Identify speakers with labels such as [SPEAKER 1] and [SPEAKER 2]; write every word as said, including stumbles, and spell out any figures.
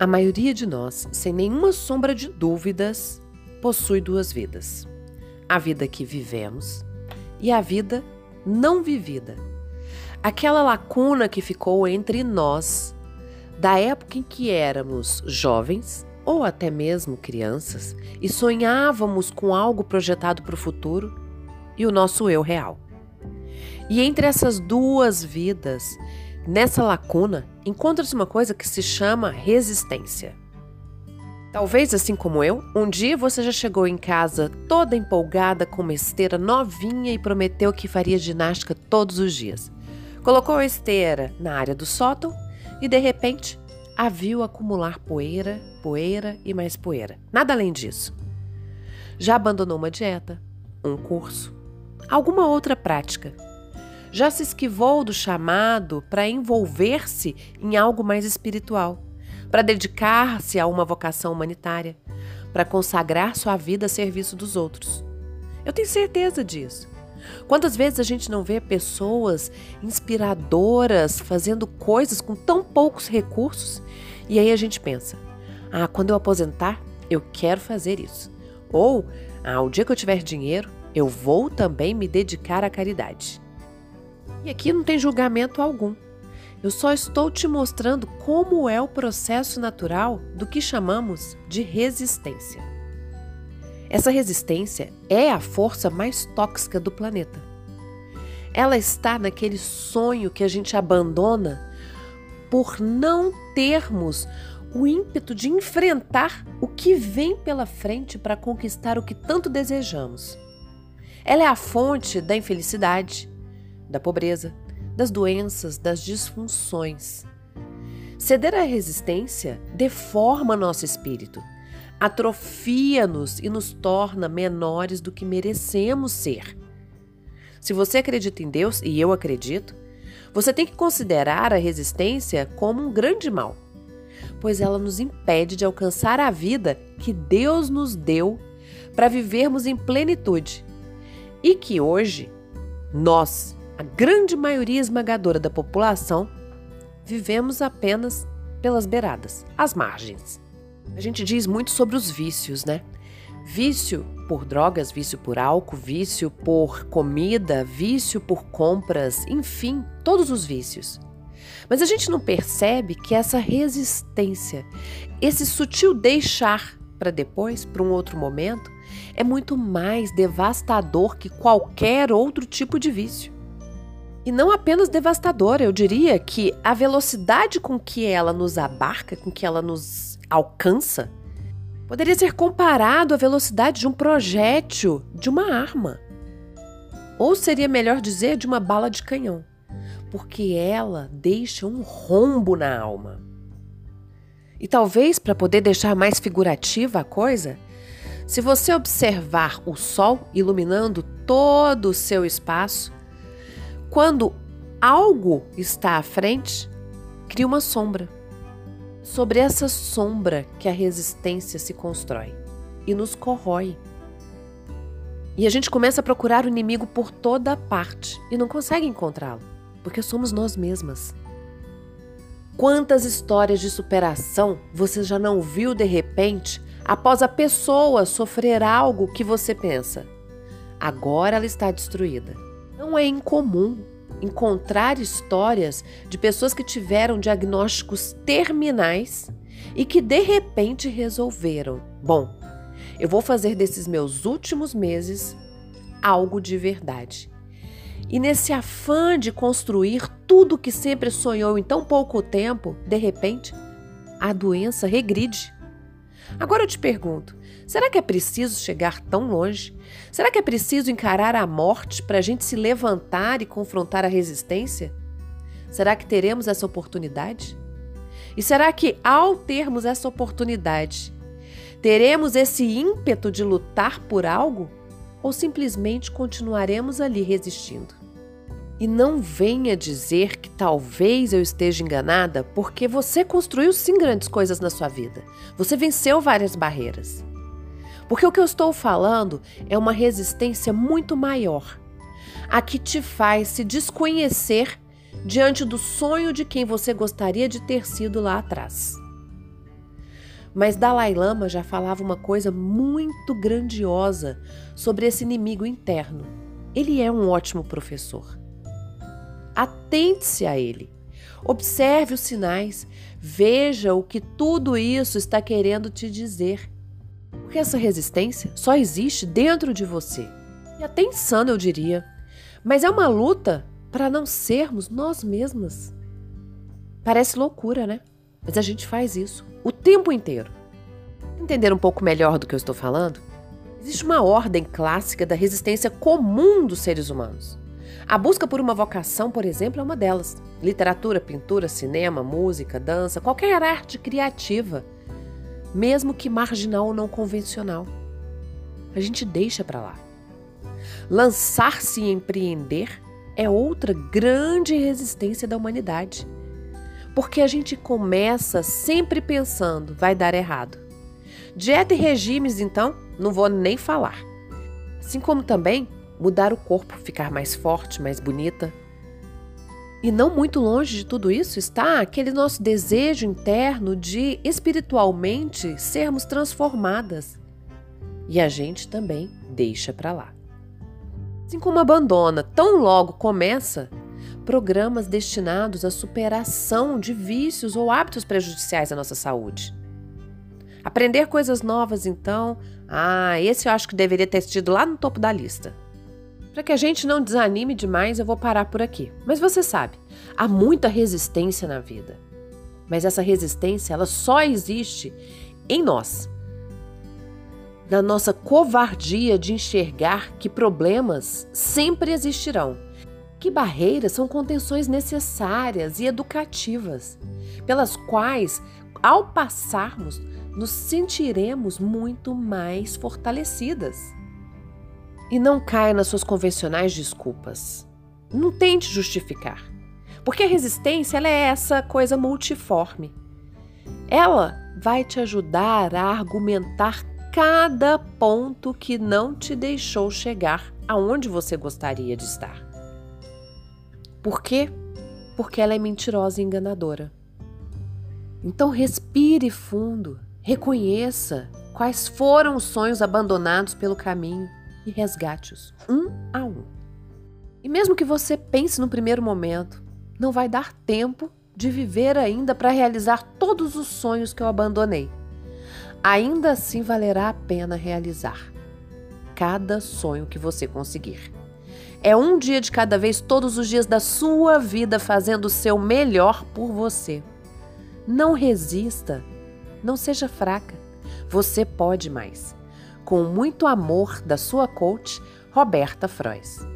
[SPEAKER 1] A maioria de nós, sem nenhuma sombra de dúvidas, possui duas vidas. A vida que vivemos e a vida não vivida. Aquela lacuna que ficou entre nós, da época em que éramos jovens ou até mesmo crianças e sonhávamos com algo projetado para o futuro e o nosso eu real. E entre essas duas vidas, nessa lacuna, encontra-se uma coisa que se chama resistência. Talvez, assim como eu, um dia você já chegou em casa toda empolgada com uma esteira novinha e prometeu que faria ginástica todos os dias. Colocou a esteira na área do sótão e, de repente, a viu acumular poeira, poeira e mais poeira. Nada além disso. Já abandonou uma dieta, um curso, alguma outra prática. Já se esquivou do chamado para envolver-se em algo mais espiritual, para dedicar-se a uma vocação humanitária, para consagrar sua vida a serviço dos outros. Eu tenho certeza disso. Quantas vezes a gente não vê pessoas inspiradoras fazendo coisas com tão poucos recursos e aí a gente pensa, ah, quando eu aposentar, eu quero fazer isso. Ou, ah, o dia que eu tiver dinheiro, eu vou também me dedicar à caridade. E aqui não tem julgamento algum. Eu só estou te mostrando como é o processo natural do que chamamos de resistência. Essa resistência é a força mais tóxica do planeta. Ela está naquele sonho que a gente abandona por não termos o ímpeto de enfrentar o que vem pela frente para conquistar o que tanto desejamos. Ela é a fonte da infelicidade, da pobreza, das doenças, das disfunções. Ceder à resistência deforma nosso espírito, atrofia-nos e nos torna menores do que merecemos ser. Se você acredita em Deus, e eu acredito, você tem que considerar a resistência como um grande mal, pois ela nos impede de alcançar a vida que Deus nos deu para vivermos em plenitude e que hoje nós, a grande maioria esmagadora da população, vivemos apenas pelas beiradas, às margens. A gente diz muito sobre os vícios, né? Vício por drogas, vício por álcool, vício por comida, vício por compras, enfim, todos os vícios. Mas a gente não percebe que essa resistência, esse sutil deixar para depois, para um outro momento, é muito mais devastador que qualquer outro tipo de vício. E não apenas devastadora, eu diria que a velocidade com que ela nos abarca, com que ela nos alcança, poderia ser comparado à velocidade de um projétil, de uma arma. Ou seria melhor dizer, de uma bala de canhão, porque ela deixa um rombo na alma. E talvez, para poder deixar mais figurativa a coisa, se você observar o sol iluminando todo o seu espaço, quando algo está à frente, cria uma sombra. Sobre essa sombra que a resistência se constrói e nos corrói. E a gente começa a procurar o inimigo por toda parte e não consegue encontrá-lo, porque somos nós mesmas. Quantas histórias de superação você já não viu de repente após a pessoa sofrer algo que você pensa, agora ela está destruída? Não é incomum encontrar histórias de pessoas que tiveram diagnósticos terminais e que de repente resolveram, bom, eu vou fazer desses meus últimos meses algo de verdade. E nesse afã de construir tudo que sempre sonhou em tão pouco tempo, de repente, a doença regride. Agora eu te pergunto, será que é preciso chegar tão longe? Será que é preciso encarar a morte para a gente se levantar e confrontar a resistência? Será que teremos essa oportunidade? E será que, ao termos essa oportunidade, teremos esse ímpeto de lutar por algo? Ou simplesmente continuaremos ali resistindo? E não venha dizer que talvez eu esteja enganada, porque você construiu sim grandes coisas na sua vida. Você venceu várias barreiras. Porque o que eu estou falando é uma resistência muito maior, a que te faz se desconhecer diante do sonho de quem você gostaria de ter sido lá atrás. Mas Dalai Lama já falava uma coisa muito grandiosa sobre esse inimigo interno. Ele é um ótimo professor. Atente-se a ele. Observe os sinais. Veja o que tudo isso está querendo te dizer. Porque essa resistência só existe dentro de você. E até insano, eu diria. Mas é uma luta para não sermos nós mesmas. Parece loucura, né? Mas a gente faz isso o tempo inteiro. Entender um pouco melhor do que eu estou falando? Existe uma ordem clássica da resistência comum dos seres humanos. A busca por uma vocação, por exemplo, é uma delas. Literatura, pintura, cinema, música, dança, qualquer arte criativa, mesmo que marginal ou não convencional. A gente deixa para lá. Lançar-se e empreender é outra grande resistência da humanidade. Porque a gente começa sempre pensando, vai dar errado. Dieta e regimes, então, não vou nem falar. Assim como também mudar o corpo, ficar mais forte, mais bonita. E não muito longe de tudo isso está aquele nosso desejo interno de espiritualmente sermos transformadas. E a gente também deixa para lá. Assim como abandona, tão logo começa, programas destinados à superação de vícios ou hábitos prejudiciais à nossa saúde. Aprender coisas novas, então, ah, esse eu acho que deveria ter sido lá no topo da lista. Para que a gente não desanime demais, eu vou parar por aqui. Mas você sabe, há muita resistência na vida. Mas essa resistência, ela só existe em nós. Na nossa covardia de enxergar que problemas sempre existirão. Que barreiras são contenções necessárias e educativas, pelas quais, ao passarmos, nos sentiremos muito mais fortalecidas. E não caia nas suas convencionais desculpas. Não tente justificar. Porque a resistência ela é essa coisa multiforme. Ela vai te ajudar a argumentar cada ponto que não te deixou chegar aonde você gostaria de estar. Por quê? Porque ela é mentirosa e enganadora. Então respire fundo, reconheça quais foram os sonhos abandonados pelo caminho e resgate-os, um a um. E mesmo que você pense no primeiro momento, não vai dar tempo de viver ainda para realizar todos os sonhos que eu abandonei. Ainda assim valerá a pena realizar cada sonho que você conseguir. É um dia de cada vez, todos os dias da sua vida, fazendo o seu melhor por você. Não resista, não seja fraca. Você pode mais. Com muito amor, da sua coach, Roberta Frois.